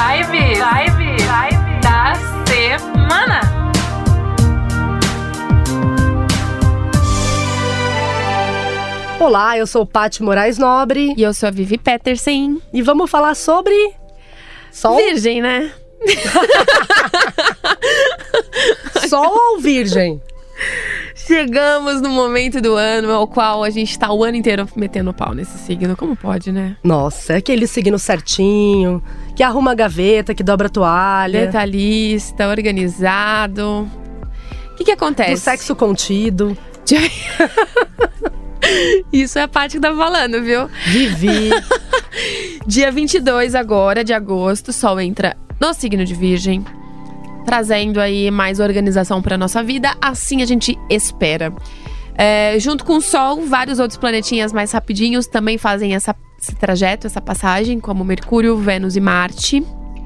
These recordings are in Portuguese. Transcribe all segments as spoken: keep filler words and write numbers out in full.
Vibe, vibe, vibe da semana. Olá, eu sou Paty Moraes Nobre. E eu sou a Vivi Petersen. E vamos falar sobre... Sol? Virgem, né? Sol ou virgem? Chegamos no momento do ano ao qual a gente tá o ano inteiro metendo pau nesse signo. Como pode, né? Nossa, é aquele signo certinho, que arruma a gaveta, que dobra a toalha. Detalhista, organizado. O que que acontece? Do sexo contido. Isso é a Paty que tá falando, viu? Vivi. Dia vinte e dois agora, de agosto, Sol entra no signo de Virgem, trazendo aí mais organização pra nossa vida. Assim a gente espera. É, junto com o Sol, vários outros planetinhas mais rapidinhos também fazem essa, esse trajeto, essa passagem, como Mercúrio, Vênus e Marte.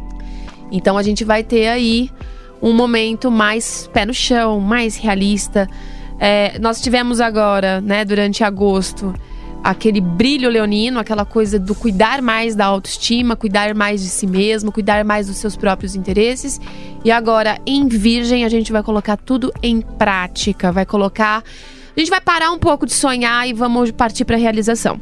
Então a gente vai ter aí um momento mais pé no chão, mais realista. É, nós tivemos agora, né, durante agosto, aquele brilho leonino, aquela coisa do cuidar mais da autoestima, cuidar mais de si mesmo, cuidar mais dos seus próprios interesses. E agora, em Virgem, a gente vai colocar tudo em prática, vai colocar... A gente vai parar um pouco de sonhar e vamos partir para a realização.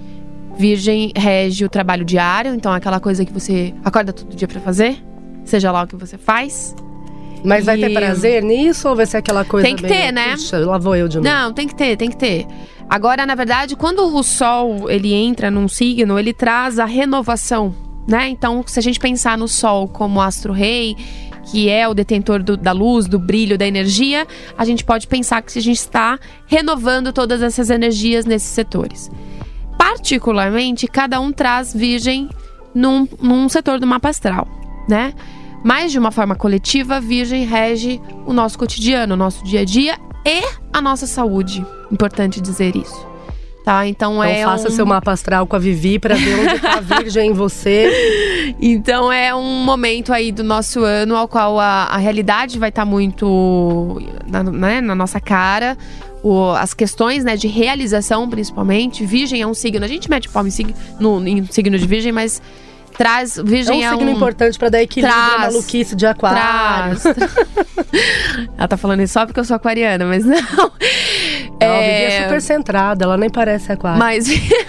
Virgem rege o trabalho diário, então aquela coisa que você acorda todo dia para fazer, seja lá o que você faz. Mas vai e... ter prazer nisso ou vai ser aquela coisa Tem que meio, ter, né? Puxa, lá vou eu de novo. Não, tem que ter, tem que ter. Agora, na verdade, quando o Sol ele entra num signo, ele traz a renovação, né? Então, se a gente pensar no Sol como astro-rei, que é o detentor do, da luz, do brilho, da energia, a gente pode pensar que a gente está renovando todas essas energias nesses setores. Particularmente, cada um traz Virgem num, num setor do mapa astral, né? Mas de uma forma coletiva, Virgem rege o nosso cotidiano, o nosso dia a dia e a nossa saúde. Importante dizer isso. Tá? Então, então é faça um... seu mapa astral com a Vivi pra ver onde tá a Virgem em você. Então é um momento aí do nosso ano ao qual a, a realidade vai estar tá muito na, né, na nossa cara. O, as questões, né, de realização, principalmente. Virgem é um signo, a gente mete pau em signo, no, em signo de Virgem, mas... Traz, Virgem é um é signo um... importante pra dar equilíbrio à maluquice de aquário. Traz. Ela tá falando isso só porque eu sou aquariana, mas não. Não, é... a Vivi é super centrada, ela nem parece aquário. Mas...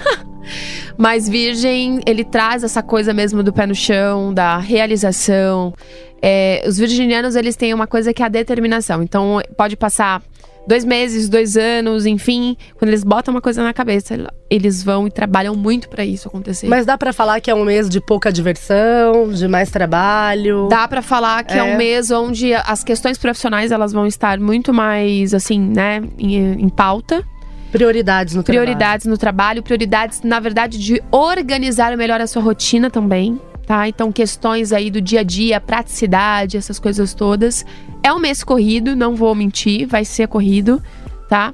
mas Virgem, ele traz essa coisa mesmo do pé no chão, da realização. É, os virginianos, eles têm uma coisa que é a determinação. Então, pode passar... Dois meses, dois anos, enfim. Quando eles botam uma coisa na cabeça, eles vão e trabalham muito pra isso acontecer. Mas dá pra falar que é um mês de pouca diversão, de mais trabalho? Dá pra falar que é, é um mês onde as questões profissionais, elas vão estar muito mais, assim, né, em, em pauta. Prioridades no trabalho. Prioridades no trabalho, prioridades, na verdade, de organizar melhor a sua rotina também. Tá? Então, questões aí do dia a dia, praticidade, essas coisas todas. É um mês corrido, não vou mentir, vai ser corrido, tá?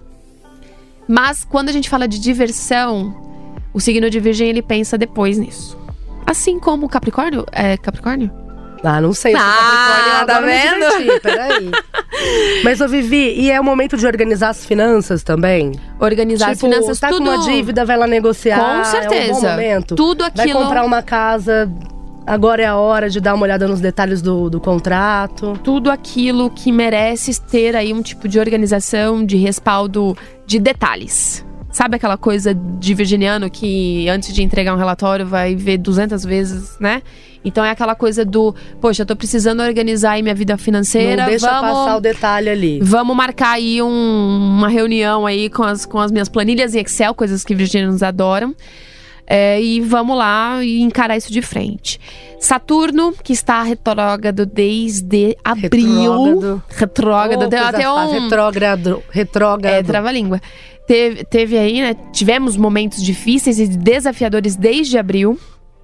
Mas quando a gente fala de diversão, o signo de Virgem, ele pensa depois nisso. Assim como o Capricórnio, é Capricórnio? Ah, não sei. Ah, tá vendo? Peraí. Mas, ô Vivi, e é o momento de organizar as finanças também? Organizar tipo, as finanças, tá tudo... com uma dívida, vai lá negociar. Com certeza. É um bom momento. Tudo aquilo... Vai comprar uma casa... Agora é a hora de dar uma olhada nos detalhes do, do contrato. Tudo aquilo que merece ter aí um tipo de organização, de respaldo, de detalhes. Sabe aquela coisa de virginiano que antes de entregar um relatório vai ver duzentas vezes, né? Então é aquela coisa do, poxa, eu tô precisando organizar aí minha vida financeira. Não deixa vamos, passar o detalhe ali. Vamos marcar aí um, uma reunião aí com as, com as minhas planilhas em Excel, coisas que virginianos adoram. É, e vamos lá e encarar isso de frente. Saturno, que está retrógrado desde abril. Retrógrado. Retrógrado. Oh, Tem até um... Retrógrado. Retrógrado. É, trava-língua. Teve, teve aí, né? Tivemos momentos difíceis e desafiadores desde abril.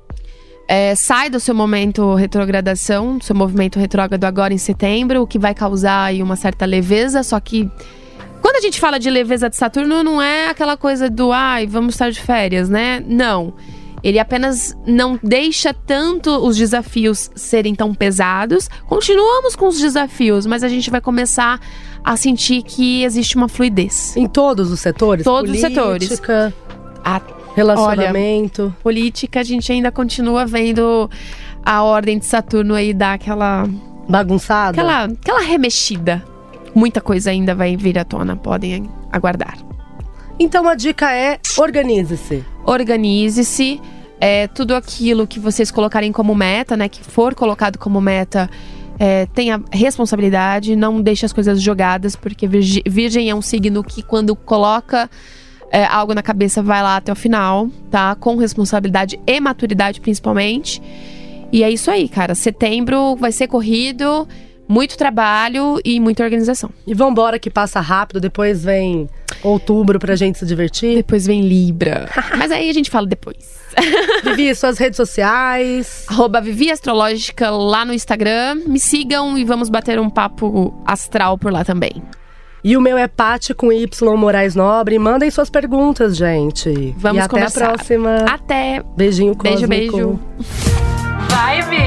É, sai do seu momento retrogradação, do seu movimento retrógrado agora em setembro, o que vai causar aí uma certa leveza, só que... Quando a gente fala de leveza de Saturno, não é aquela coisa do, ai, vamos estar de férias, né? Não. Ele apenas não deixa tanto os desafios serem tão pesados. Continuamos com os desafios, mas a gente vai começar a sentir que existe uma fluidez. Em todos os setores? Todos Política, os setores. A, relacionamento. Olha, política, a gente ainda continua vendo a ordem de Saturno aí dá aquela… Bagunçada? Aquela, aquela remexida. Muita coisa ainda vai vir à tona, podem aguardar. Então a dica é: organize-se. Organize-se. É, tudo aquilo que vocês colocarem como meta, né? Que for colocado como meta, é, tenha responsabilidade. Não deixe as coisas jogadas, porque Virgem é um signo que quando coloca é, algo na cabeça vai lá até o final, tá? Com responsabilidade e maturidade principalmente. E é isso aí, cara. Setembro vai ser corrido, muito trabalho e muita organização. E vambora que passa rápido, depois vem outubro pra gente se divertir. Depois vem Libra. Mas aí a gente fala depois. Vivi, suas redes sociais. Arroba Vivi Astrológica lá no Instagram. Me sigam e vamos bater um papo astral por lá também. E o meu é Paty com Y Moraes Nobre. Mandem suas perguntas, gente. Vamos e até conversar. a próxima. Até. Beijinho cósmico. Beijo, beijo. Vibe